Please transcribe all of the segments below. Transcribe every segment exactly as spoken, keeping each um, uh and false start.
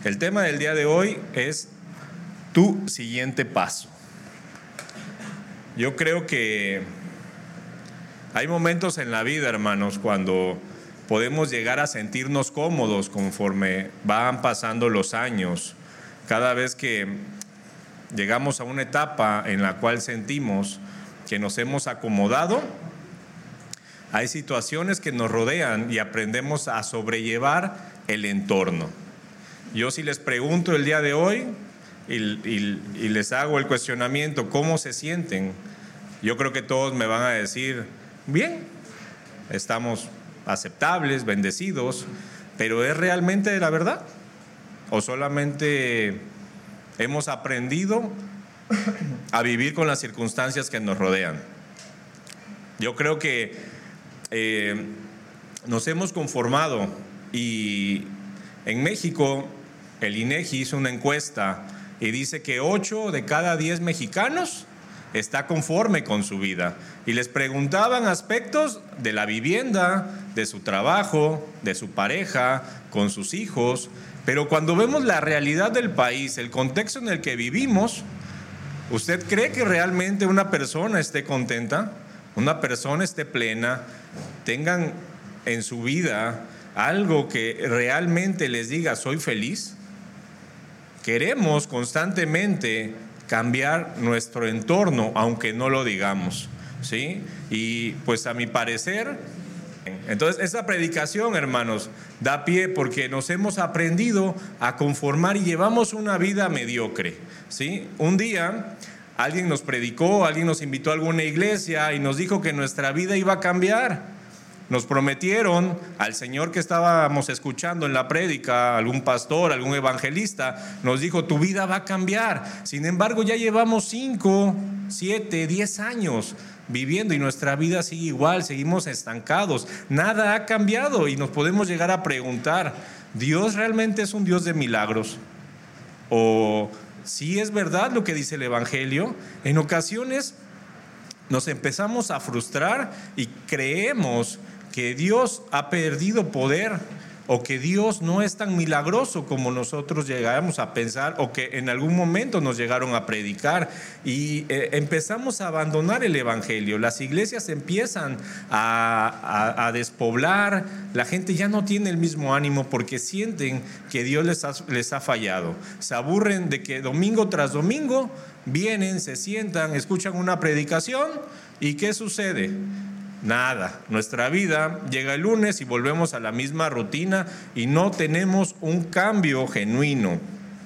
El tema del día de hoy es tu siguiente paso. Yo creo que hay momentos en la vida, hermanos, cuando podemos llegar a sentirnos cómodos conforme van pasando los años. Cada vez que llegamos a una etapa en la cual sentimos que nos hemos acomodado, hay situaciones que nos rodean y aprendemos a sobrellevar el entorno. Yo si les pregunto el día de hoy y, y, y les hago el cuestionamiento, ¿cómo se sienten? Yo creo que todos me van a decir, bien, estamos aceptables, bendecidos, pero ¿es realmente la verdad? ¿O solamente hemos aprendido a vivir con las circunstancias que nos rodean? Yo creo que eh, nos hemos conformado, y en México el INEGI hizo una encuesta y dice que ocho de cada diez mexicanos está conforme con su vida, y les preguntaban aspectos de la vivienda, de su trabajo, de su pareja, con sus hijos, pero cuando vemos la realidad del país, el contexto en el que vivimos, ¿usted cree que realmente una persona esté contenta? Una persona esté plena, tengan en su vida algo que realmente les diga soy feliz. Queremos constantemente cambiar nuestro entorno, aunque no lo digamos, ¿sí? Y pues a mi parecer, entonces esa predicación, hermanos, da pie porque nos hemos aprendido a conformar y llevamos una vida mediocre, ¿sí? Un día alguien nos predicó, alguien nos invitó a alguna iglesia y nos dijo que nuestra vida iba a cambiar. Nos prometieron al Señor que estábamos escuchando en la prédica, algún pastor, algún evangelista, nos dijo, tu vida va a cambiar. Sin embargo, ya llevamos cinco, siete, diez años viviendo y nuestra vida sigue igual, seguimos estancados. Nada ha cambiado y nos podemos llegar a preguntar, ¿Dios realmente es un Dios de milagros? ¿O si es verdad lo que dice el Evangelio? En ocasiones nos empezamos a frustrar y creemos que Dios ha perdido poder o que Dios no es tan milagroso como nosotros llegamos a pensar o que en algún momento nos llegaron a predicar, y eh, empezamos a abandonar el Evangelio. Las iglesias empiezan a, a, a despoblar, la gente ya no tiene el mismo ánimo porque sienten que Dios les ha, les ha fallado. Se aburren de que domingo tras domingo vienen, se sientan, escuchan una predicación y ¿qué sucede? Nada. Nuestra vida llega el lunes y volvemos a la misma rutina y no tenemos un cambio genuino.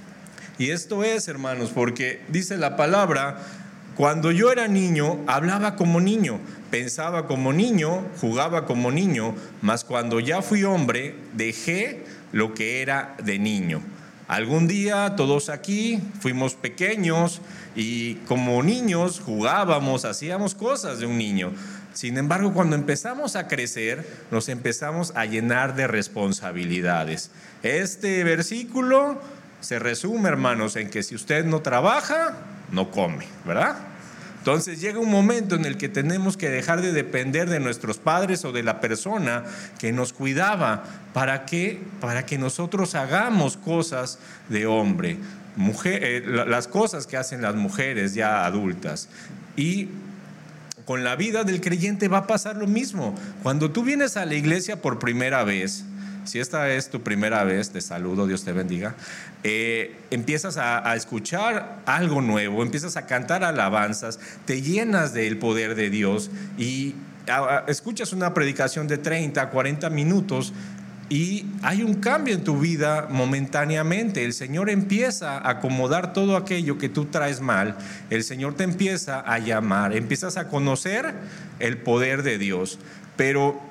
Y esto es, hermanos, porque dice la palabra, cuando yo era niño, hablaba como niño, pensaba como niño, jugaba como niño, mas cuando ya fui hombre, dejé lo que era de niño. Algún día todos aquí fuimos pequeños y como niños jugábamos, hacíamos cosas de un niño. Sin embargo, cuando empezamos a crecer, nos empezamos a llenar de responsabilidades. Este versículo se resume, hermanos, en que si usted no trabaja, no come, ¿verdad? Entonces llega un momento en el que tenemos que dejar de depender de nuestros padres o de la persona que nos cuidaba. ¿Para qué? Para que nosotros hagamos cosas de hombre, mujer, eh, las cosas que hacen las mujeres ya adultas. Y con la vida del creyente va a pasar lo mismo. Cuando tú vienes a la iglesia por primera vez, si esta es tu primera vez, te saludo, Dios te bendiga, eh, empiezas a, a escuchar algo nuevo, empiezas a cantar alabanzas, te llenas del poder de Dios y a, a, escuchas una predicación de treinta, cuarenta minutos y hay un cambio en tu vida momentáneamente. El Señor empieza a acomodar todo aquello que tú traes mal. El Señor te empieza a llamar, empiezas a conocer el poder de Dios, pero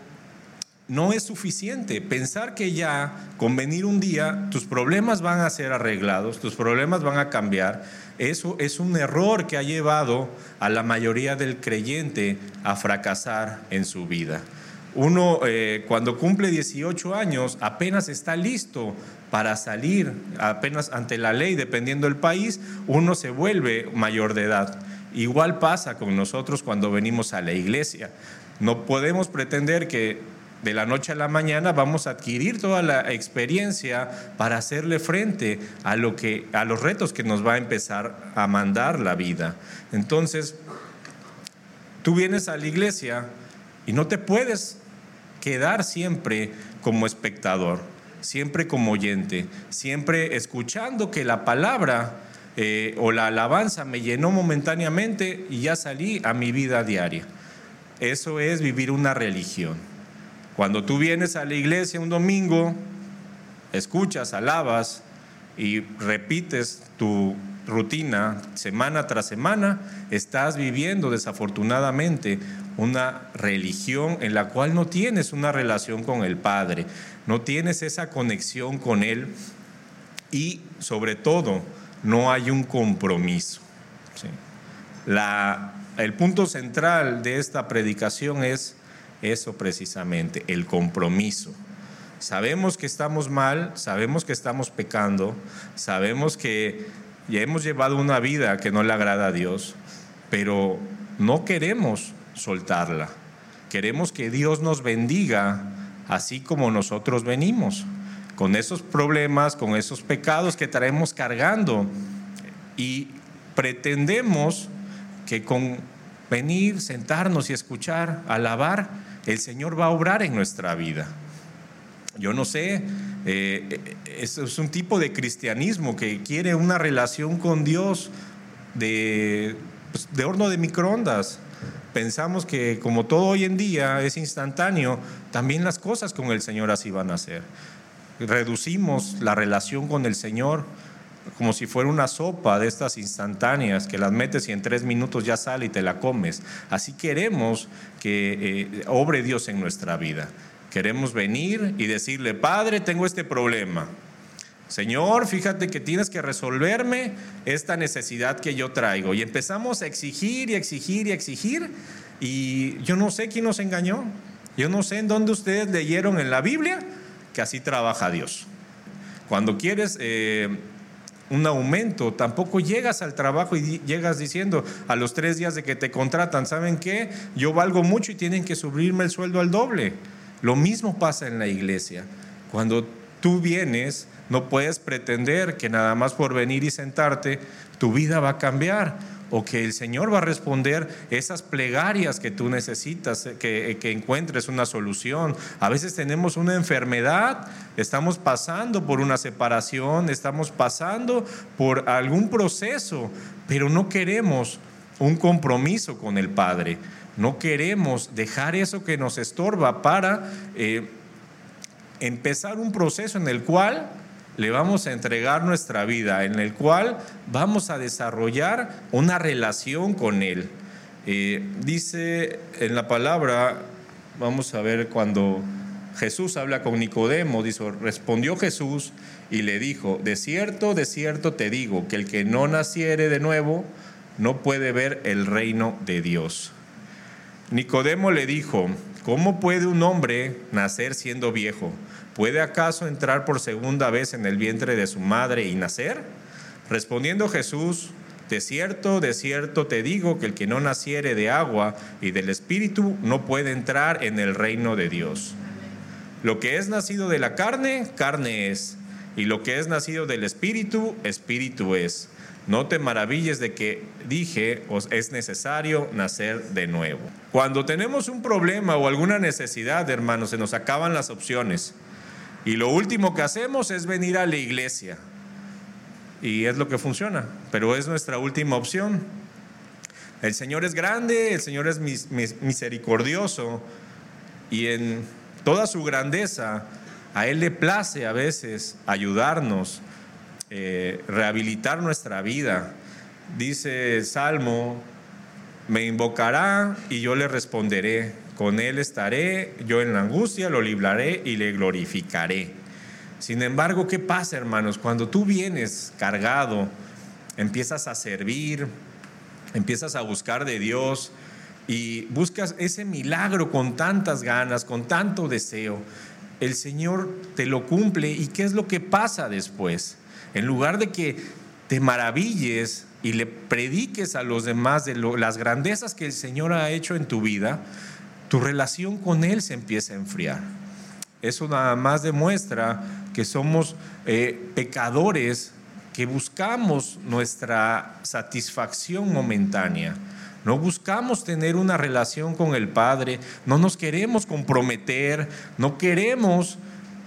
no es suficiente pensar que ya con venir un día tus problemas van a ser arreglados, tus problemas van a cambiar. Eso es un error que ha llevado a la mayoría del creyente a fracasar en su vida. Uno eh, cuando cumple dieciocho años apenas está listo para salir, apenas ante la ley, dependiendo del país, uno se vuelve mayor de edad. Igual pasa con nosotros cuando venimos a la iglesia. No podemos pretender que de la noche a la mañana vamos a adquirir toda la experiencia para hacerle frente a, lo que, a los retos que nos va a empezar a mandar la vida. Entonces, tú vienes a la iglesia y no te puedes quedar siempre como espectador, siempre como oyente, siempre escuchando que la palabra eh, o la alabanza me llenó momentáneamente y ya salí a mi vida diaria. Eso es vivir una religión. Cuando tú vienes a la iglesia un domingo, escuchas, alabas y repites tu rutina semana tras semana, estás viviendo desafortunadamente una religión en la cual no tienes una relación con el Padre, no tienes esa conexión con Él y sobre todo no hay un compromiso. ¿Sí? La, el punto central de esta predicación es eso precisamente, el compromiso. Sabemos que estamos mal, sabemos que estamos pecando, sabemos que ya hemos llevado una vida que no le agrada a Dios, pero no queremos soltarla. Queremos que Dios nos bendiga así como nosotros venimos, con esos problemas, con esos pecados que traemos cargando, y pretendemos que con venir, sentarnos y escuchar, alabar, el Señor va a obrar en nuestra vida. Yo no sé, eh, es, es un tipo de cristianismo que quiere una relación con Dios de, pues, de horno de microondas. Pensamos que como todo hoy en día es instantáneo, también las cosas con el Señor así van a ser. Reducimos la relación con el Señor como si fuera una sopa de estas instantáneas que las metes y en tres minutos ya sale y te la comes. Así queremos que eh, obre Dios en nuestra vida. Queremos venir y decirle: Padre, tengo este problema. Señor, fíjate que tienes que resolverme esta necesidad que yo traigo. Y empezamos a exigir y exigir y exigir. Y yo no sé quién nos engañó. Yo no sé en dónde ustedes leyeron en la Biblia que así trabaja Dios. Cuando quieres eh, un aumento, tampoco llegas al trabajo y llegas diciendo a los tres días de que te contratan: ¿saben qué? Yo valgo mucho y tienen que subirme el sueldo al doble. Lo mismo pasa en la iglesia. Cuando tú vienes, no puedes pretender que nada más por venir y sentarte tu vida va a cambiar, o que el Señor va a responder esas plegarias que tú necesitas, que, que encuentres una solución. A veces tenemos una enfermedad, estamos pasando por una separación, estamos pasando por algún proceso, pero no queremos un compromiso con el Padre. No queremos dejar eso que nos estorba para eh, empezar un proceso en el cual le vamos a entregar nuestra vida, en el cual vamos a desarrollar una relación con Él. Eh, dice en la palabra, vamos a ver cuando Jesús habla con Nicodemo, dice: respondió Jesús y le dijo: de cierto, de cierto te digo, que el que no naciere de nuevo no puede ver el reino de Dios. Nicodemo le dijo: ¿cómo puede un hombre nacer siendo viejo? ¿Puede acaso entrar por segunda vez en el vientre de su madre y nacer? Respondiendo Jesús: de cierto, de cierto te digo que el que no naciere de agua y del Espíritu no puede entrar en el reino de Dios. Lo que es nacido de la carne, carne es, y lo que es nacido del Espíritu, Espíritu es. No te maravilles de que dije: os es necesario nacer de nuevo. Cuando tenemos un problema o alguna necesidad, hermanos, se nos acaban las opciones. Y lo último que hacemos es venir a la iglesia. Y es lo que funciona, pero es nuestra última opción. El Señor es grande, el Señor es mis, mis, misericordioso, y en toda su grandeza a Él le place a veces ayudarnos, eh, rehabilitar nuestra vida. Dice el Salmo: me invocará y yo le responderé, con Él estaré, yo en la angustia lo libraré y le glorificaré. Sin embargo, ¿qué pasa, hermanos? Cuando tú vienes cargado, empiezas a servir, empiezas a buscar de Dios y buscas ese milagro con tantas ganas, con tanto deseo, el Señor te lo cumple. ¿Y qué es lo que pasa después? En lugar de que te maravilles y le prediques a los demás de lo, las grandezas que el Señor ha hecho en tu vida, tu relación con Él se empieza a enfriar. Eso nada más demuestra que somos eh, pecadores que buscamos nuestra satisfacción momentánea. No buscamos tener una relación con el Padre, no nos queremos comprometer, no queremos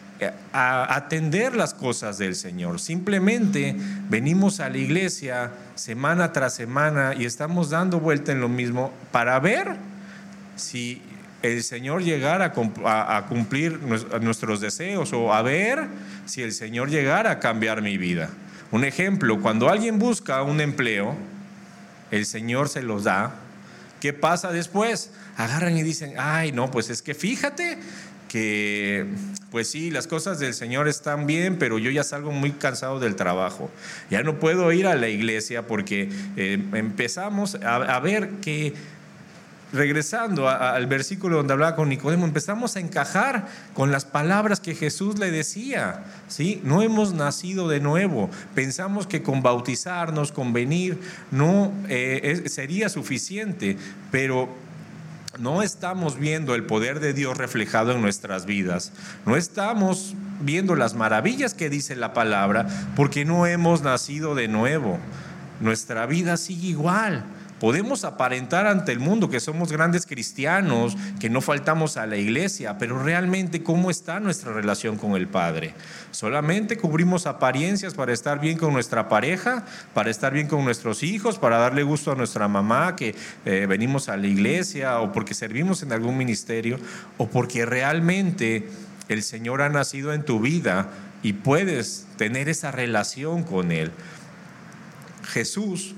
a atender las cosas del Señor. Simplemente venimos a la iglesia semana tras semana y estamos dando vuelta en lo mismo para ver si el Señor llegara a cumplir nuestros deseos, o a ver si el Señor llegara a cambiar mi vida. Un ejemplo, cuando alguien busca un empleo, el Señor se los da. ¿Qué pasa después? Agarran y dicen, ay no, pues es que fíjate que pues sí, las cosas del Señor están bien, pero yo ya salgo muy cansado del trabajo. Ya no puedo ir a la iglesia porque eh, empezamos a, a ver que, regresando a, al versículo donde hablaba con Nicodemo, empezamos a encajar con las palabras que Jesús le decía, ¿sí? No hemos nacido de nuevo. Pensamos que con bautizarnos, con venir, no eh, es, sería suficiente, pero no estamos viendo el poder de Dios reflejado en nuestras vidas. No estamos viendo las maravillas que dice la palabra porque no hemos nacido de nuevo. Nuestra vida sigue igual. Podemos aparentar ante el mundo que somos grandes cristianos, que no faltamos a la iglesia, pero realmente, ¿cómo está nuestra relación con el Padre? ¿Solamente cubrimos apariencias para estar bien con nuestra pareja, para estar bien con nuestros hijos, para darle gusto a nuestra mamá que eh, venimos a la iglesia, o porque servimos en algún ministerio, o porque realmente el Señor ha nacido en tu vida y puedes tener esa relación con Él? Jesús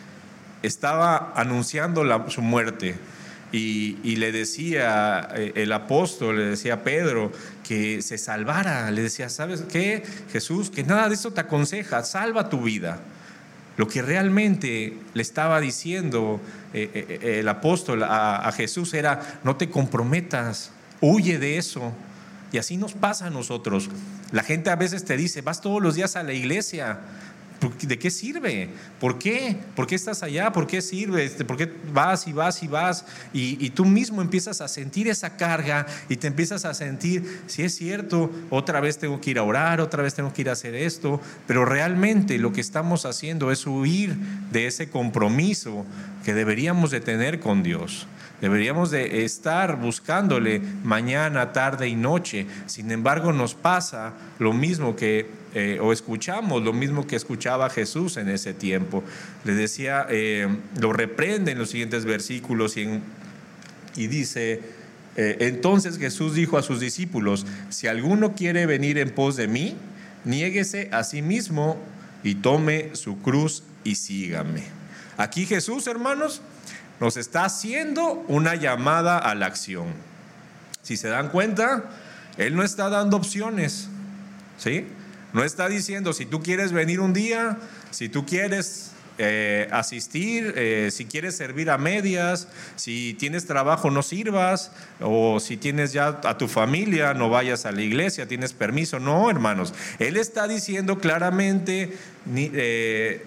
estaba anunciando la, su muerte y, y le decía eh, el apóstol, le decía a Pedro que se salvara. Le decía, ¿sabes qué, Jesús? Que nada de eso te aconseja, salva tu vida. Lo que realmente le estaba diciendo eh, eh, el apóstol a, a Jesús era, no te comprometas, huye de eso. Y así nos pasa a nosotros. La gente a veces te dice, vas todos los días a la iglesia, ¿de qué sirve? ¿Por qué? ¿Por qué estás allá? ¿Por qué sirve? ¿Por qué vas y vas y vas? Y, y tú mismo empiezas a sentir esa carga y te empiezas a sentir, si es cierto, otra vez tengo que ir a orar, otra vez tengo que ir a hacer esto, pero realmente lo que estamos haciendo es huir de ese compromiso que deberíamos de tener con Dios. Deberíamos de estar buscándole mañana, tarde y noche. Sin embargo, nos pasa lo mismo que, eh, o escuchamos lo mismo que escuchaba Jesús en ese tiempo. Le decía, eh, lo reprende en los siguientes versículos y, en, y dice, eh, entonces Jesús dijo a sus discípulos, si alguno quiere venir en pos de mí, niéguese a sí mismo y tome su cruz y sígame. Aquí Jesús, hermanos, nos está haciendo una llamada a la acción. Si se dan cuenta, Él no está dando opciones, ¿sí? No está diciendo, si tú quieres venir un día, si tú quieres eh, asistir, eh, si quieres servir a medias, si tienes trabajo no sirvas, o si tienes ya a tu familia no vayas a la iglesia, tienes permiso. No, hermanos, Él está diciendo claramente, eh,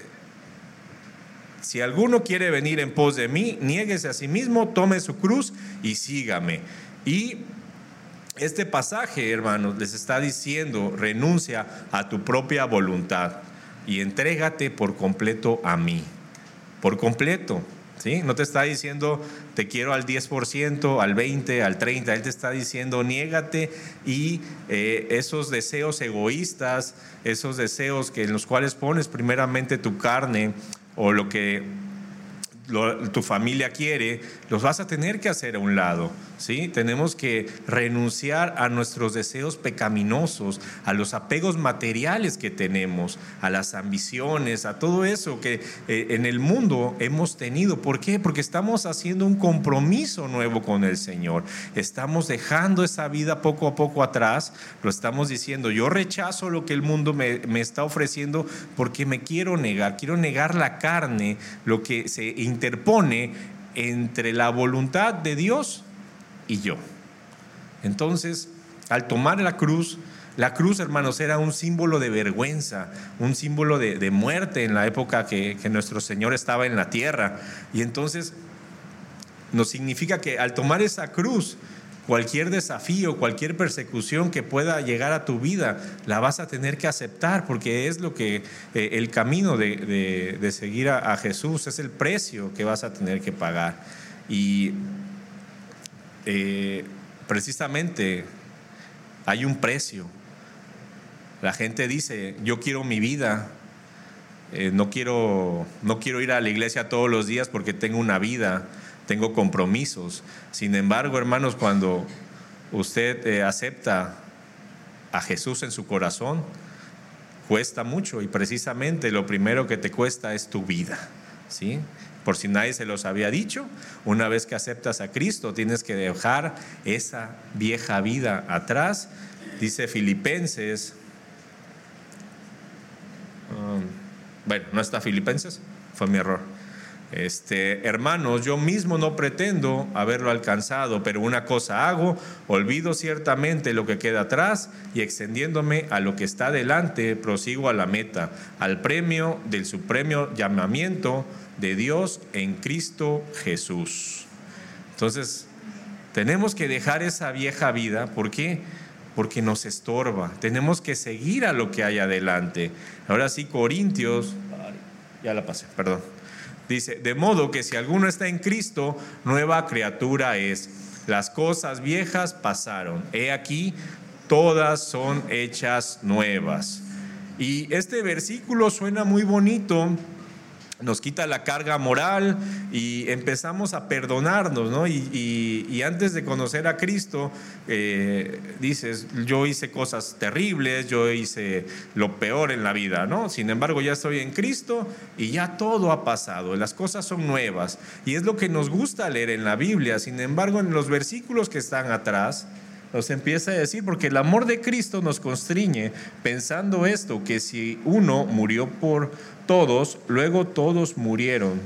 si alguno quiere venir en pos de mí, niéguese a sí mismo, tome su cruz y sígame. Y este pasaje, hermanos, les está diciendo, renuncia a tu propia voluntad y entrégate por completo a mí. Por completo, ¿sí? No te está diciendo, te quiero al diez por ciento, al veinte por ciento, al treinta por ciento. Él te está diciendo, niégate y eh, esos deseos egoístas, esos deseos que, en los cuales pones primeramente tu carne, o lo que lo, tu familia quiere, los vas a tener que hacer a un lado, ¿sí? Tenemos que renunciar a nuestros deseos pecaminosos, a los apegos materiales que tenemos, a las ambiciones, a todo eso que eh, en el mundo hemos tenido. ¿Por qué? Porque estamos haciendo un compromiso nuevo con el Señor. Estamos dejando esa vida poco a poco atrás. Lo estamos diciendo, yo rechazo lo que el mundo me, me está ofreciendo porque me quiero negar. Quiero negar la carne, lo que se interpone entre la voluntad de Dios y yo. Entonces, al tomar la cruz, la cruz, hermanos, era un símbolo de vergüenza, un símbolo de, de muerte en la época que, que nuestro Señor estaba en la tierra. Y entonces nos significa que al tomar esa cruz, cualquier desafío, cualquier persecución que pueda llegar a tu vida, la vas a tener que aceptar, porque es lo que eh, el camino de, de, de seguir a, a Jesús, es el precio que vas a tener que pagar. Y eh, precisamente hay un precio. La gente dice, yo quiero mi vida, eh, no quiero, no quiero ir a la iglesia todos los días porque tengo una vida, tengo compromisos. Sin embargo, hermanos, cuando usted eh, acepta a Jesús en su corazón, cuesta mucho, y precisamente lo primero que te cuesta es tu vida, ¿sí? Por si nadie se los había dicho, una vez que aceptas a Cristo, tienes que dejar esa vieja vida atrás. Dice Filipenses, um, bueno, no está Filipenses, fue mi error. Este, hermanos, yo mismo no pretendo haberlo alcanzado, pero una cosa hago, olvido ciertamente lo que queda atrás y extendiéndome a lo que está delante, prosigo a la meta, al premio del supremo llamamiento de Dios en Cristo Jesús. Entonces, tenemos que dejar esa vieja vida. ¿Por qué? Porque nos estorba. Tenemos que seguir a lo que hay adelante. Ahora sí, Corintios, ya la pasé, perdón. Dice, de modo que si alguno está en Cristo, nueva criatura es. Las cosas viejas pasaron. He aquí, todas son hechas nuevas. Y este versículo suena muy bonito, nos quita la carga moral y empezamos a perdonarnos, ¿no? Y, y, y antes de conocer a Cristo, eh, dices, yo hice cosas terribles, yo hice lo peor en la vida, ¿no? Sin embargo, ya estoy en Cristo y ya todo ha pasado, las cosas son nuevas. Y es lo que nos gusta leer en la Biblia. Sin embargo, en los versículos que están atrás, nos empieza a decir, porque el amor de Cristo nos constriñe, pensando esto, que si uno murió por todos, luego todos murieron,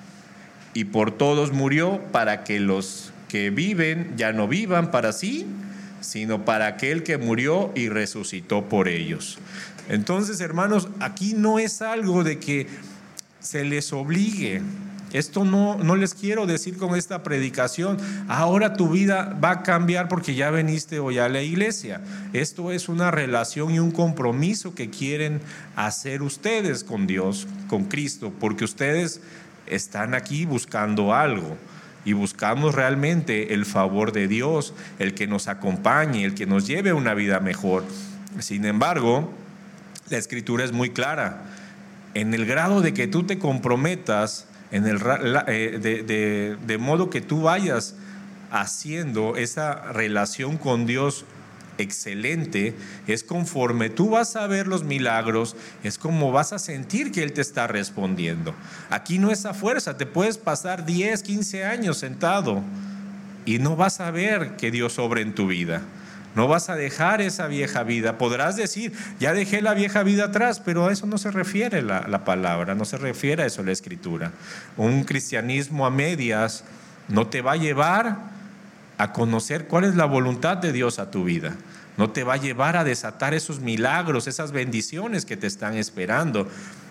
y por todos murió, para que los que viven ya no vivan para sí, sino para aquel que murió y resucitó por ellos. Entonces, hermanos, aquí no es algo de que se les obligue. Esto no, no les quiero decir con esta predicación, ahora tu vida va a cambiar porque ya viniste hoy a la iglesia. Esto es una relación y un compromiso que quieren hacer ustedes con Dios, con Cristo, porque ustedes están aquí buscando algo y buscamos realmente el favor de Dios, el que nos acompañe, el que nos lleve a una vida mejor. Sin embargo, la Escritura es muy clara. En el grado de que tú te comprometas, En el, de, de, de modo que tú vayas haciendo esa relación con Dios excelente, es conforme tú vas a ver los milagros, es como vas a sentir que Él te está respondiendo. Aquí no es a fuerza, te puedes pasar diez, quince años sentado y no vas a ver que Dios obra en tu vida. No vas a dejar esa vieja vida. Podrás decir, ya dejé la vieja vida atrás, pero a eso no se refiere la, la palabra, no se refiere a eso la Escritura. Un cristianismo a medias no te va a llevar a conocer cuál es la voluntad de Dios a tu vida. No te va a llevar a desatar esos milagros, esas bendiciones que te están esperando.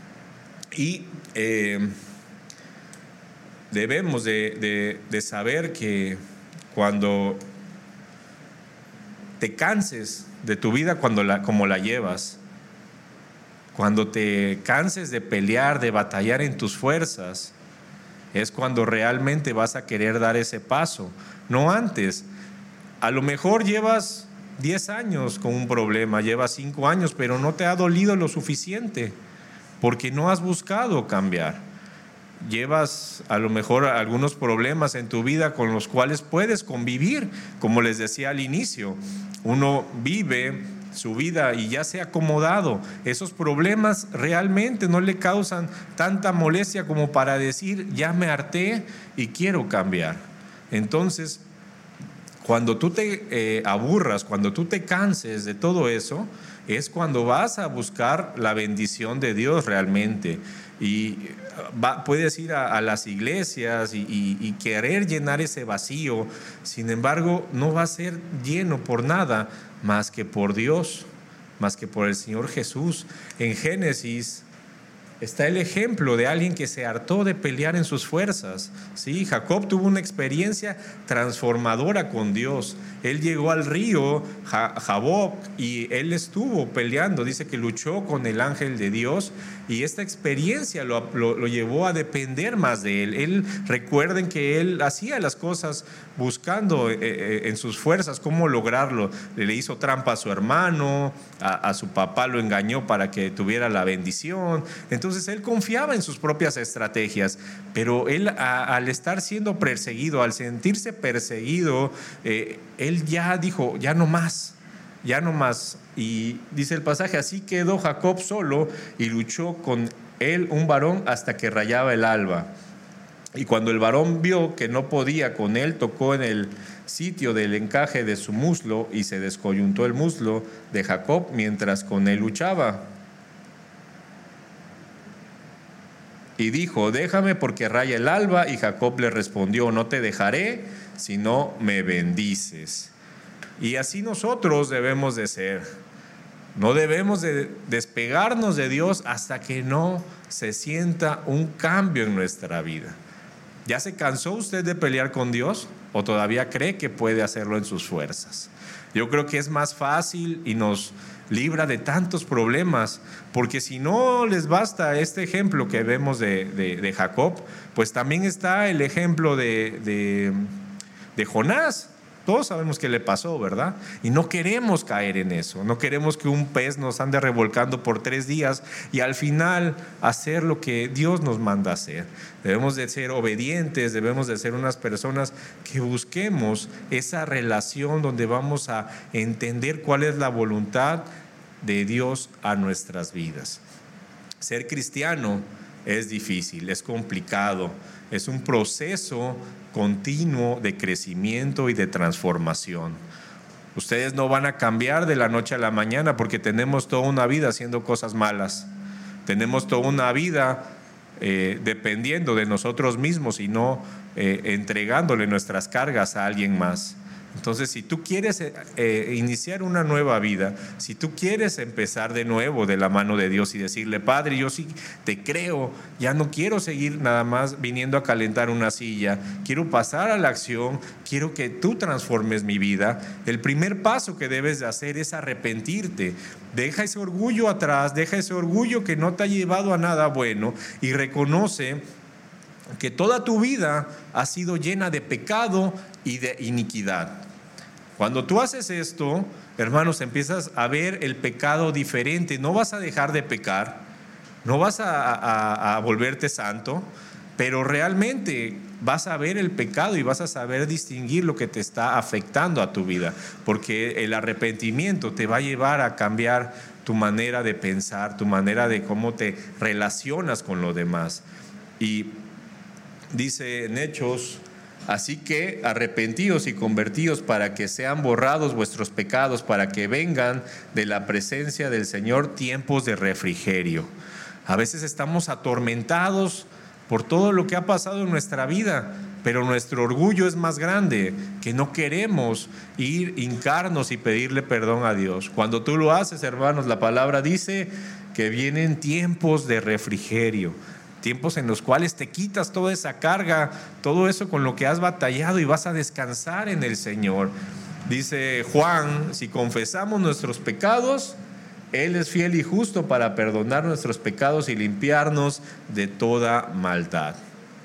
Y eh, debemos de, de, de saber que cuando te canses de tu vida cuando la, como la llevas, cuando te canses de pelear, de batallar en tus fuerzas, es cuando realmente vas a querer dar ese paso, no antes. A lo mejor llevas diez años con un problema, llevas cinco años, pero no te ha dolido lo suficiente, porque no has buscado cambiar. Llevas a lo mejor algunos problemas en tu vida con los cuales puedes convivir, como les decía al inicio. Uno vive su vida y ya se ha acomodado. Esos problemas realmente no le causan tanta molestia como para decir, ya me harté y quiero cambiar. Entonces, cuando tú te eh, aburras, cuando tú te canses de todo eso, es cuando vas a buscar la bendición de Dios realmente. Y va, puedes ir a, a las iglesias y, y, y querer llenar ese vacío. Sin embargo, no va a ser lleno por nada más que por Dios, más que por el Señor Jesús. En Génesis está el ejemplo de alguien que se hartó de pelear en sus fuerzas. ¿Sí? Jacob tuvo una experiencia transformadora con Dios. Él llegó al río Jaboc y él estuvo peleando, dice que luchó con el ángel de Dios, y esta experiencia lo, lo, lo llevó a depender más de él. Él, recuerden que él hacía las cosas buscando eh, en sus fuerzas cómo lograrlo. Le hizo trampa a su hermano, a, a su papá lo engañó para que tuviera la bendición. Entonces él confiaba en sus propias estrategias, pero él a, al estar siendo perseguido, al sentirse perseguido, eh, él ya dijo, ya no más, ya no más. Y dice el pasaje, así quedó Jacob solo y luchó con él un varón hasta que rayaba el alba. Y cuando el varón vio que no podía con él, tocó en el sitio del encaje de su muslo y se descoyuntó el muslo de Jacob mientras con él luchaba. Y dijo, déjame porque raya el alba. Y Jacob le respondió, no te dejaré si no me bendices. Y así nosotros debemos de ser. No debemos de despegarnos de Dios hasta que no se sienta un cambio en nuestra vida. ¿Ya se cansó usted de pelear con Dios o todavía cree que puede hacerlo en sus fuerzas? Yo creo que es más fácil y nos libra de tantos problemas, porque si no les basta este ejemplo que vemos de, de, de Jacob, pues también está el ejemplo de, de, de Jonás. Todos sabemos qué le pasó, ¿verdad? Y no queremos caer en eso, no queremos que un pez nos ande revolcando por tres días y al final hacer lo que Dios nos manda hacer. Debemos de ser obedientes, debemos de ser unas personas que busquemos esa relación donde vamos a entender cuál es la voluntad de Dios a nuestras vidas. Ser cristiano es difícil, es complicado, es un proceso continuo de crecimiento y de transformación. Ustedes no van a cambiar de la noche a la mañana porque tenemos toda una vida haciendo cosas malas. Tenemos toda una vida eh, dependiendo de nosotros mismos y no eh, entregándole nuestras cargas a alguien más. Entonces, si tú quieres eh, iniciar una nueva vida, si tú quieres empezar de nuevo de la mano de Dios y decirle, Padre, yo sí te creo, ya no quiero seguir nada más viniendo a calentar una silla, quiero pasar a la acción, quiero que tú transformes mi vida, el primer paso que debes de hacer es arrepentirte. Deja ese orgullo atrás, deja ese orgullo que no te ha llevado a nada bueno y reconoce que toda tu vida ha sido llena de pecado y de iniquidad. Cuando tú haces esto, hermanos, empiezas a ver el pecado diferente. No vas a dejar de pecar, no vas a, a, a volverte santo, pero realmente vas a ver el pecado y vas a saber distinguir lo que te está afectando a tu vida, porque el arrepentimiento te va a llevar a cambiar tu manera de pensar, tu manera de cómo te relacionas con los demás. Y dice en Hechos, así que arrepentíos y convertíos para que sean borrados vuestros pecados, para que vengan de la presencia del Señor tiempos de refrigerio. A veces estamos atormentados por todo lo que ha pasado en nuestra vida, pero nuestro orgullo es más grande, que no queremos ir, hincarnos y pedirle perdón a Dios. Cuando tú lo haces, hermanos, la palabra dice que vienen tiempos de refrigerio, tiempos en los cuales te quitas toda esa carga, todo eso con lo que has batallado y vas a descansar en el Señor. Dice Juan, si confesamos nuestros pecados, Él es fiel y justo para perdonar nuestros pecados y limpiarnos de toda maldad.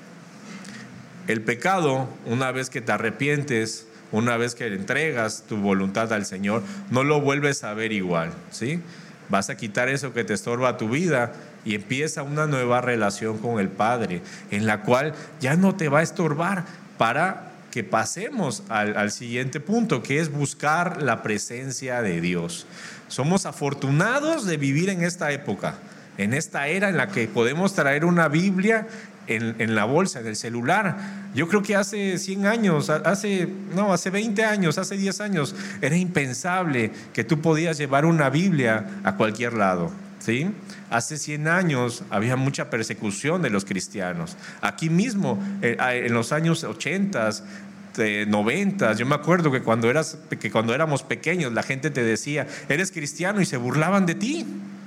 El pecado, una vez que te arrepientes, una vez que le entregas tu voluntad al Señor, no lo vuelves a ver igual, ¿sí? Vas a quitar eso que te estorba tu vida y empieza una nueva relación con el Padre, en la cual ya no te va a estorbar, para que pasemos al, al siguiente punto, que es buscar la presencia de Dios. Somos afortunados de vivir en esta época, en esta era en la que podemos traer una Biblia en, en la bolsa, en el celular. Yo creo que hace cien años, hace, no, hace veinte años, hace diez años, era impensable que tú podías llevar una Biblia a cualquier lado, ¿sí? Hace cien años había mucha persecución de los cristianos. Aquí mismo, en los años ochenta, noventa, yo me acuerdo que cuando, eras, que cuando éramos pequeños la gente te decía, eres cristiano, y se burlaban de ti.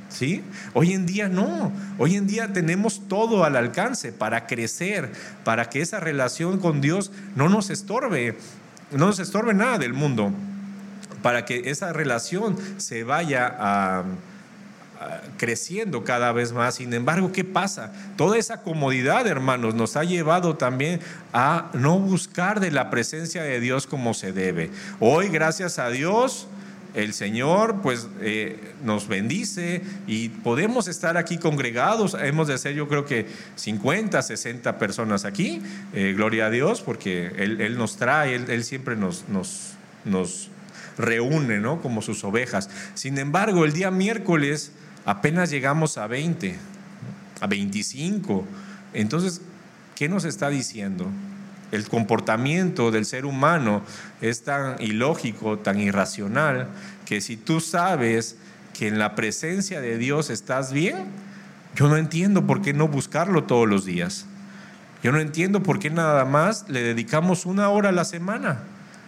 ¿Sí? Hoy en día no, hoy en día tenemos todo al alcance para crecer, para que esa relación con Dios no nos estorbe, no nos estorbe nada del mundo, para que esa relación se vaya a, a, creciendo cada vez más. Sin embargo, ¿qué pasa? Toda esa comodidad, hermanos, nos ha llevado también a no buscar de la presencia de Dios como se debe. Hoy, gracias a Dios, el Señor pues eh, nos bendice y podemos estar aquí congregados. Hemos de ser, yo creo que cincuenta, sesenta personas aquí, eh, gloria a Dios, porque Él, él nos trae, Él, él siempre nos, nos, nos reúne, ¿no?, como sus ovejas. Sin embargo, el día miércoles apenas llegamos a veinte, a veinticinco. Entonces, ¿qué nos está diciendo? El comportamiento del ser humano es tan ilógico, tan irracional, que si tú sabes que en la presencia de Dios estás bien, yo no entiendo por qué no buscarlo todos los días. Yo no entiendo por qué nada más le dedicamos una hora a la semana.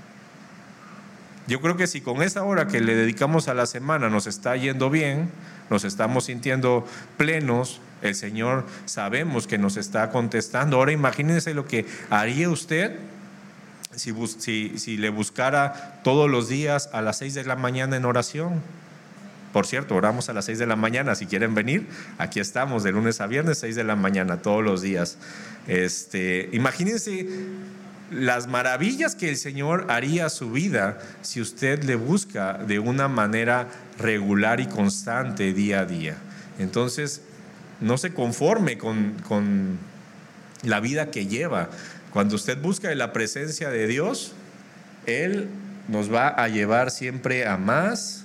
Yo creo que si con esa hora que le dedicamos a la semana nos está yendo bien, nos estamos sintiendo plenos, el Señor sabemos que nos está contestando. Ahora imagínense lo que haría usted si, si, si le buscara todos los días a las seis de la mañana en oración. Por cierto, oramos a las seis de la mañana. Si quieren venir, aquí estamos de lunes a viernes, seis de la mañana, todos los días. Este, imagínense las maravillas que el Señor haría a su vida si usted le busca de una manera regular y constante día a día. Entonces, no se conforme con, con la vida que lleva. Cuando usted busca de la presencia de Dios, Él nos va a llevar siempre a más.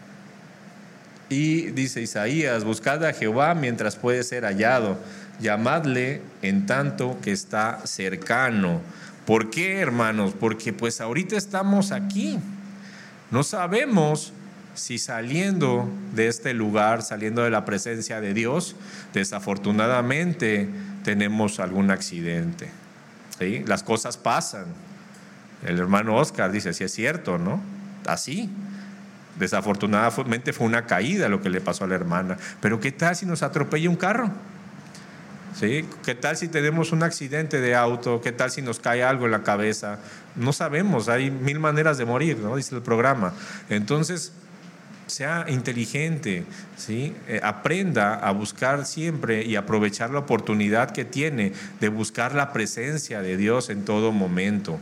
Y dice Isaías: buscad a Jehová mientras puede ser hallado, llamadle en tanto que está cercano. ¿Por qué, hermanos? Porque pues ahorita estamos aquí. No sabemos si saliendo de este lugar, saliendo de la presencia de Dios, desafortunadamente tenemos algún accidente, ¿sí? Las cosas pasan. El hermano Oscar dice: sí, es cierto, ¿no? Así. Desafortunadamente fue una caída lo que le pasó a la hermana. Pero ¿qué tal si nos atropella un carro? ¿Sí? ¿Qué tal si tenemos un accidente de auto? ¿Qué tal si nos cae algo en la cabeza? No sabemos, hay mil maneras de morir, ¿no?, dice el programa. Entonces, sea inteligente, ¿sí? Eh, aprenda a buscar siempre y aprovechar la oportunidad que tiene de buscar la presencia de Dios en todo momento.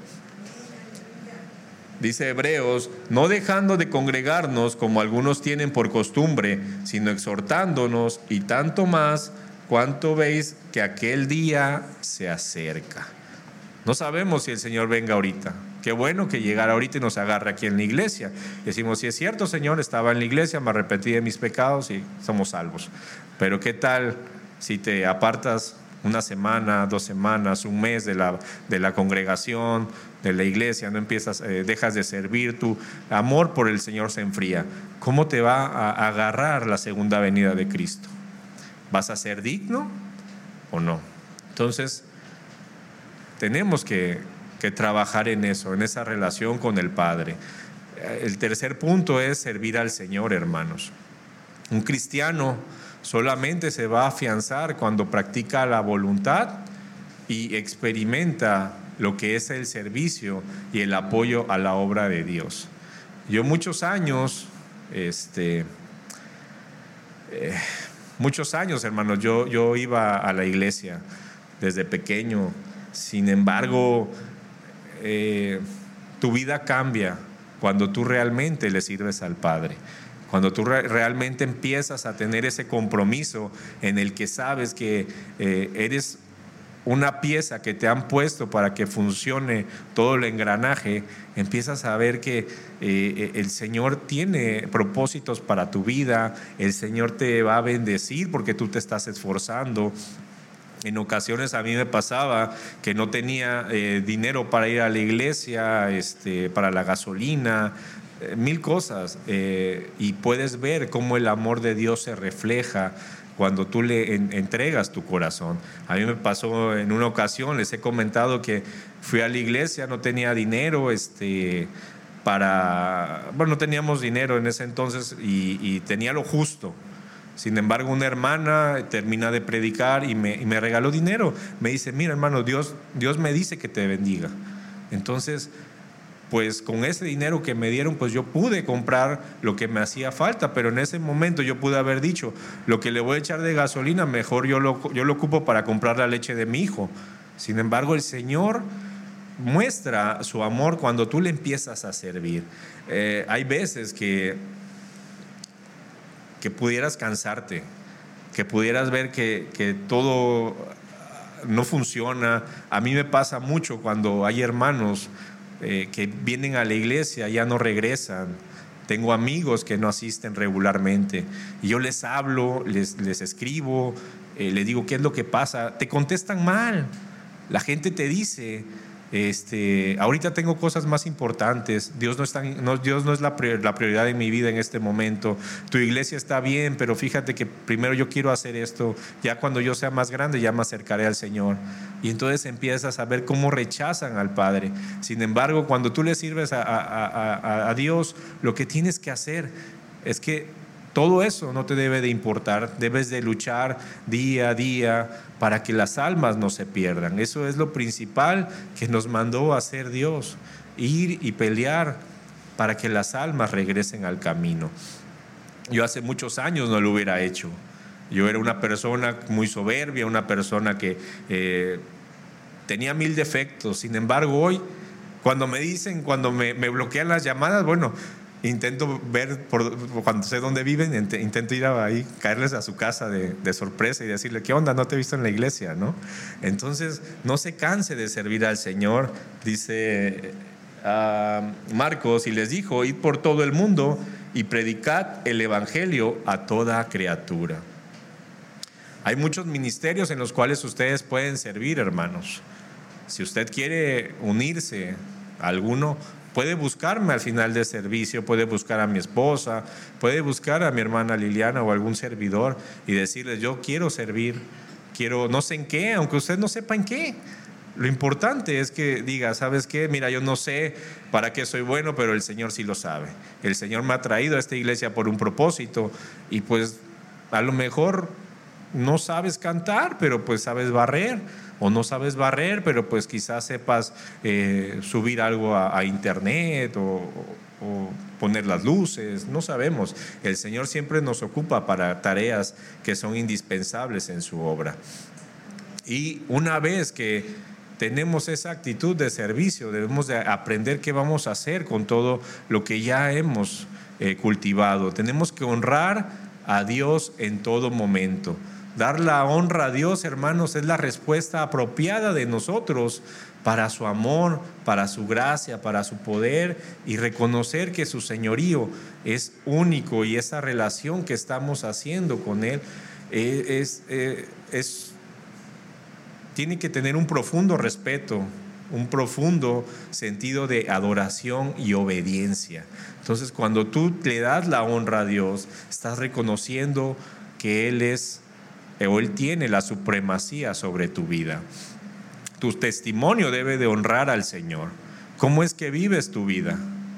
Dice Hebreos: no dejando de congregarnos como algunos tienen por costumbre, sino exhortándonos, y tanto más cuanto veis que aquel día se acerca. No sabemos si el Señor venga ahorita. Qué bueno que llegara ahorita y nos agarre aquí en la iglesia. Decimos: sí, es cierto, Señor, estaba en la iglesia, me arrepentí de mis pecados y somos salvos. Pero ¿qué tal si te apartas una semana, dos semanas, un mes de la, de la congregación, de la iglesia, no empiezas, eh, dejas de servir, tu amor por el Señor se enfría? ¿Cómo te va a agarrar la segunda venida de Cristo? ¿Vas a ser digno o no? Entonces, tenemos que, que trabajar en eso, en esa relación con el Padre. El tercer punto es servir al Señor, hermanos. Un cristiano solamente se va a afianzar cuando practica la voluntad y experimenta lo que es el servicio y el apoyo a la obra de Dios. Yo muchos años, este, eh, muchos años, hermanos, yo, yo iba a la iglesia desde pequeño. Sin embargo, eh, tu vida cambia cuando tú realmente le sirves al Padre. Cuando tú re- realmente empiezas a tener ese compromiso en el que sabes que eh, eres una pieza que te han puesto para que funcione todo el engranaje, empiezas a ver que eh, el Señor tiene propósitos para tu vida, el Señor te va a bendecir porque tú te estás esforzando. En ocasiones a mí me pasaba que no tenía eh, dinero para ir a la iglesia, este, para la gasolina, eh, mil cosas, eh, y puedes ver cómo el amor de Dios se refleja cuando tú le en, entregas tu corazón. A mí me pasó en una ocasión, les he comentado que fui a la iglesia, no tenía dinero, este, para, bueno, no teníamos dinero en ese entonces y, y tenía lo justo. Sin embargo, una hermana termina de predicar y me, y me regaló dinero. Me dice, mira hermano, Dios, Dios me dice que te bendiga. Entonces, pues con ese dinero que me dieron, pues yo pude comprar lo que me hacía falta, pero en ese momento yo pude haber dicho, lo que le voy a echar de gasolina, mejor yo lo, yo lo ocupo para comprar la leche de mi hijo. Sin embargo, el Señor muestra su amor cuando tú le empiezas a servir. Eh, hay veces que, que pudieras cansarte, que pudieras ver que, que todo no funciona. A mí me pasa mucho cuando hay hermanos Eh, que vienen a la iglesia, ya no regresan. Tengo amigos que no asisten regularmente y yo les hablo, les, les escribo, eh, les digo qué es lo que pasa. Te contestan mal, la gente te dice, este, ahorita tengo cosas más importantes, Dios no, está, no, Dios no es la, prior, la prioridad de mi vida en este momento. Tu iglesia está bien, pero fíjate que primero yo quiero hacer esto, ya cuando yo sea más grande ya me acercaré al Señor. Y entonces empiezas a ver cómo rechazan al Padre. Sin embargo, cuando tú le sirves a, a, a, a Dios, lo que tienes que hacer es que todo eso no te debe de importar. Debes de luchar día a día para que las almas no se pierdan. Eso es lo principal que nos mandó a hacer Dios, ir y pelear para que las almas regresen al camino. Yo hace muchos años no lo hubiera hecho. Yo era una persona muy soberbia, una persona que eh, tenía mil defectos. Sin embargo, hoy, cuando me dicen, cuando me, me bloquean las llamadas, bueno, intento ver, por, cuando sé dónde viven, intento ir ahí, caerles a su casa de, de sorpresa y decirle, ¿qué onda? No te he visto en la iglesia, ¿no? Entonces, no se canse de servir al Señor. Dice uh, Marcos, y les dijo, id por todo el mundo y predicad el evangelio a toda criatura. Hay muchos ministerios en los cuales ustedes pueden servir, hermanos. Si usted quiere unirse a alguno, puede buscarme al final del servicio, puede buscar a mi esposa, puede buscar a mi hermana Liliana o algún servidor y decirles, yo quiero servir, quiero no sé en qué, aunque usted no sepa en qué. Lo importante es que diga, ¿sabes qué? Mira, yo no sé para qué soy bueno, pero el Señor sí lo sabe. El Señor me ha traído a esta iglesia por un propósito y pues a lo mejor no sabes cantar, pero pues sabes barrer, o no sabes barrer, pero pues quizás sepas eh, subir algo a, a internet o, o poner las luces, no sabemos. El Señor siempre nos ocupa para tareas que son indispensables en su obra. Y una vez que tenemos esa actitud de servicio, debemos de aprender qué vamos a hacer con todo lo que ya hemos eh, cultivado. Tenemos que honrar a Dios en todo momento. Dar la honra a Dios, hermanos, es la respuesta apropiada de nosotros para su amor, para su gracia, para su poder, y reconocer que su señorío es único y esa relación que estamos haciendo con Él es, es, es, tiene que tener un profundo respeto, un profundo sentido de adoración y obediencia. Entonces, cuando tú le das la honra a Dios, estás reconociendo que Él es o Él tiene la supremacía sobre tu vida. Tu testimonio debe de honrar al Señor. ¿Cómo es que vives tu vida?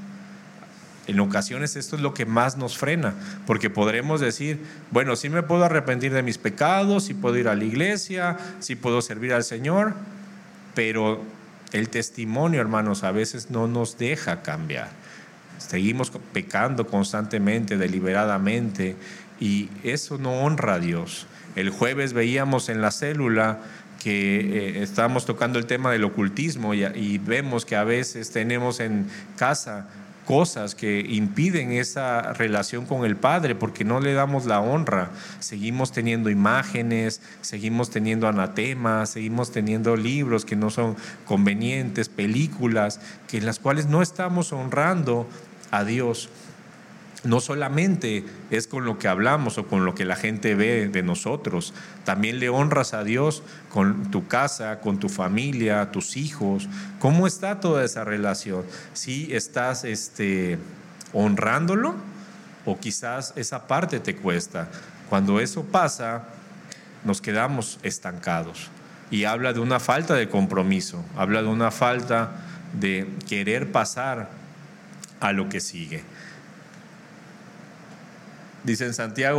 En ocasiones esto es lo que más nos frena, porque podremos decir, bueno, sí me puedo arrepentir de mis pecados, sí puedo ir a la iglesia, sí puedo servir al Señor, pero el testimonio, hermanos, a veces no nos deja cambiar. Seguimos pecando constantemente, deliberadamente, y eso no honra a Dios. El jueves veíamos en la célula que eh, estábamos tocando el tema del ocultismo y, y vemos que a veces tenemos en casa cosas que impiden esa relación con el Padre porque no le damos la honra. Seguimos teniendo imágenes, seguimos teniendo anatemas, seguimos teniendo libros que no son convenientes, películas que en las cuales no estamos honrando a Dios. No solamente es con lo que hablamos o con lo que la gente ve de nosotros, también le honras a Dios con tu casa, con tu familia, tus hijos. ¿Cómo está toda esa relación? ¿Sí estás este, honrándolo o quizás esa parte te cuesta? Cuando eso pasa, nos quedamos estancados y habla de una falta de compromiso, habla de una falta de querer pasar a lo que sigue. Dice en Santiago,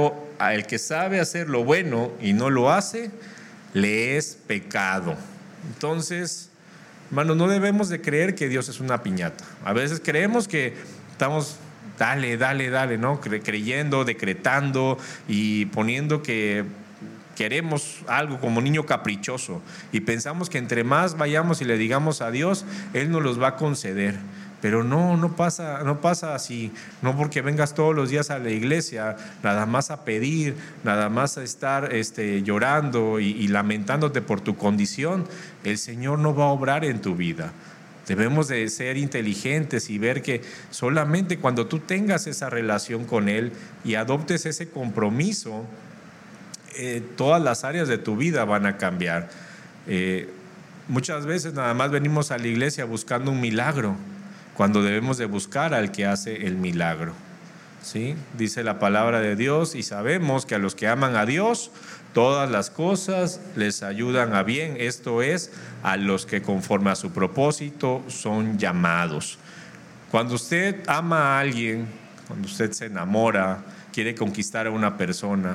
al que sabe hacer lo bueno y no lo hace, le es pecado. Entonces, hermanos, no debemos de creer que Dios es una piñata. A veces creemos que estamos dale, dale, dale, ¿no? Creyendo, decretando y poniendo que queremos algo como niño caprichoso y pensamos que entre más vayamos y le digamos a Dios, Él nos los va a conceder. Pero no, no pasa, no pasa así. No porque vengas todos los días a la iglesia, nada más a pedir, nada más a estar este, llorando y, y lamentándote por tu condición, el Señor no va a obrar en tu vida. Debemos de ser inteligentes y ver que solamente cuando tú tengas esa relación con Él y adoptes ese compromiso, eh, todas las áreas de tu vida van a cambiar. Eh, muchas veces nada más venimos a la iglesia buscando un milagro, cuando debemos de buscar al que hace el milagro, ¿sí? Dice la palabra de Dios y sabemos que a los que aman a Dios, todas las cosas les ayudan a bien, esto es, a los que conforme a su propósito son llamados. Cuando usted ama a alguien, cuando usted se enamora, quiere conquistar a una persona,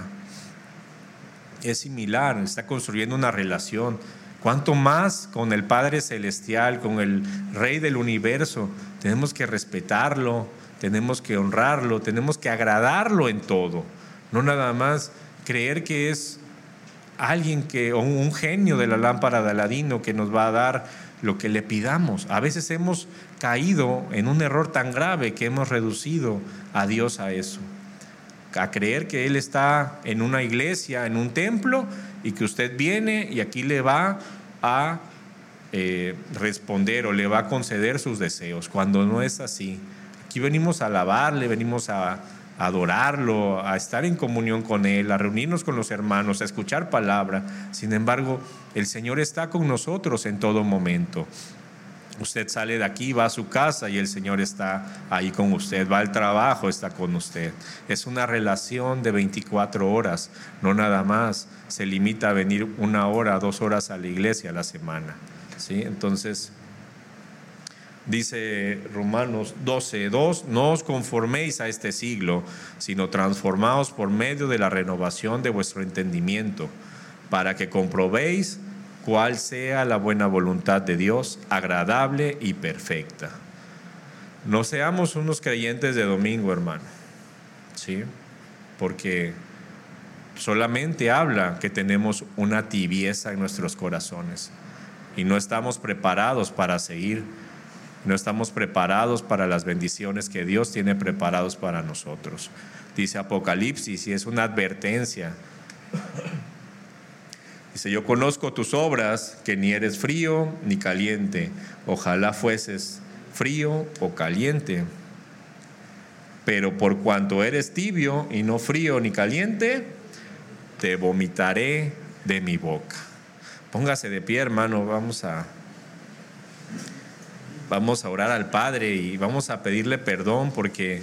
es similar, está construyendo una relación. Cuanto más con el Padre Celestial, con el Rey del Universo, tenemos que respetarlo, tenemos que honrarlo, tenemos que agradarlo en todo. No nada más creer que es alguien que, o un genio de la lámpara de Aladino que nos va a dar lo que le pidamos. A veces hemos caído en un error tan grave que hemos reducido a Dios a eso, a creer que Él está en una iglesia, en un templo, y que usted viene y aquí le va a eh, responder o le va a conceder sus deseos, cuando no es así. Aquí venimos a alabarle, venimos a, a adorarlo, a estar en comunión con Él, a reunirnos con los hermanos, a escuchar palabra. Sin embargo, el Señor está con nosotros en todo momento. Usted sale de aquí, va a su casa y el Señor está ahí con usted, va al trabajo, está con usted. Es una relación de veinticuatro horas, no nada más se limita a venir una hora, dos horas a la iglesia a la semana, ¿sí? Entonces, dice Romanos doce dos, no os conforméis a este siglo, sino transformaos por medio de la renovación de vuestro entendimiento, para que comprobéis cuál sea la buena voluntad de Dios, agradable y perfecta. No seamos unos creyentes de domingo, hermano, ¿sí? Porque solamente habla que tenemos una tibieza en nuestros corazones y no estamos preparados para seguir, no estamos preparados para las bendiciones que Dios tiene preparados para nosotros. Dice Apocalipsis, y es una advertencia. Dice, yo conozco tus obras, que ni eres frío ni caliente. Ojalá fueses frío o caliente. Pero por cuanto eres tibio y no frío ni caliente, te vomitaré de mi boca. Póngase de pie, hermano, vamos a, vamos a orar al Padre y vamos a pedirle perdón porque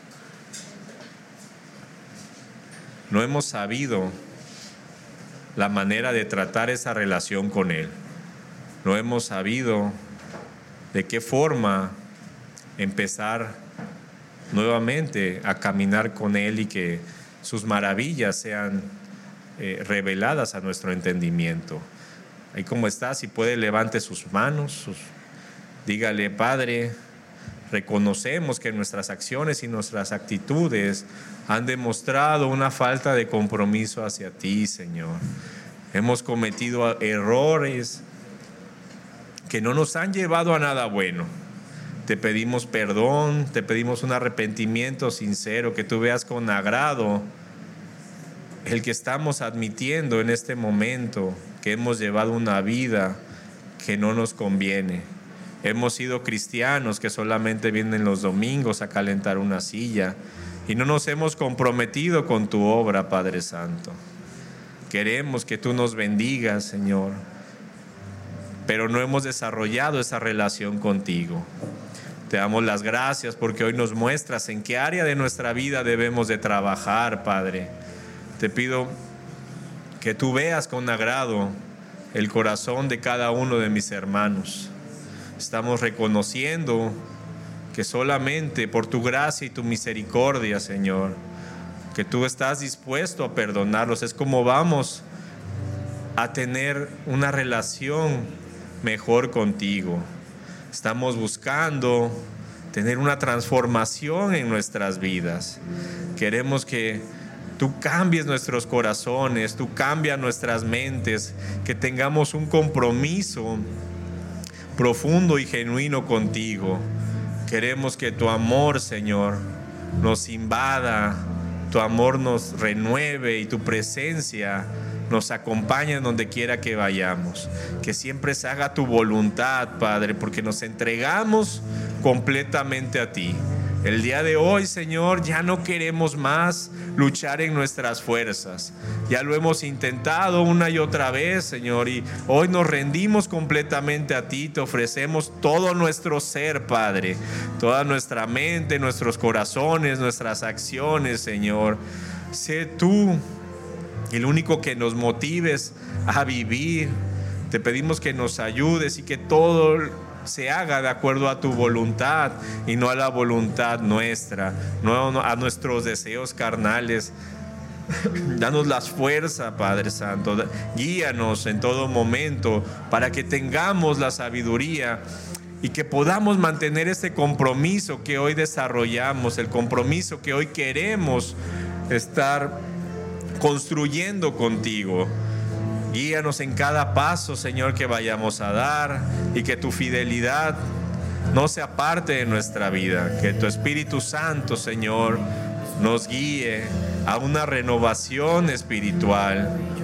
no hemos sabido la manera de tratar esa relación con Él. No hemos sabido de qué forma empezar nuevamente a caminar con Él y que sus maravillas sean eh, reveladas a nuestro entendimiento. Ahí como está, si puede, levante sus manos, sus, dígale, Padre, reconocemos que nuestras acciones y nuestras actitudes han demostrado una falta de compromiso hacia ti, Señor. Hemos cometido errores que no nos han llevado a nada bueno. Te pedimos perdón, te pedimos un arrepentimiento sincero, que tú veas con agrado el que estamos admitiendo en este momento que hemos llevado una vida que no nos conviene. Hemos sido cristianos que solamente vienen los domingos a calentar una silla y no nos hemos comprometido con tu obra, Padre Santo. Queremos que tú nos bendigas, Señor, pero no hemos desarrollado esa relación contigo. Te damos las gracias porque hoy nos muestras en qué área de nuestra vida debemos de trabajar, Padre. Te pido que tú veas con agrado el corazón de cada uno de mis hermanos. Estamos reconociendo que solamente por tu gracia y tu misericordia, Señor, que tú estás dispuesto a perdonarlos. Es como vamos a tener una relación mejor contigo. Estamos buscando tener una transformación en nuestras vidas. Queremos que tú cambies nuestros corazones, tú cambias nuestras mentes, que tengamos un compromiso profundo y genuino contigo. Queremos que tu amor, Señor, nos invada, tu amor nos renueve y tu presencia nos acompañe en donde quiera que vayamos. Que siempre se haga tu voluntad, Padre, porque nos entregamos completamente a ti. El día de hoy, Señor, ya no queremos más luchar en nuestras fuerzas. Ya lo hemos intentado una y otra vez, Señor, y hoy nos rendimos completamente a ti. Te ofrecemos todo nuestro ser, Padre, toda nuestra mente, nuestros corazones, nuestras acciones, Señor. Sé tú el único que nos motives a vivir. Te pedimos que nos ayudes y que todo se haga de acuerdo a tu voluntad y no a la voluntad nuestra, no a nuestros deseos carnales. Danos las fuerzas, Padre Santo. Guíanos en todo momento para que tengamos la sabiduría y que podamos mantener este compromiso que hoy desarrollamos, el compromiso que hoy queremos estar construyendo contigo. Guíanos en cada paso, Señor, que vayamos a dar, y que tu fidelidad no se aparte de nuestra vida. Que tu Espíritu Santo, Señor, nos guíe a una renovación espiritual,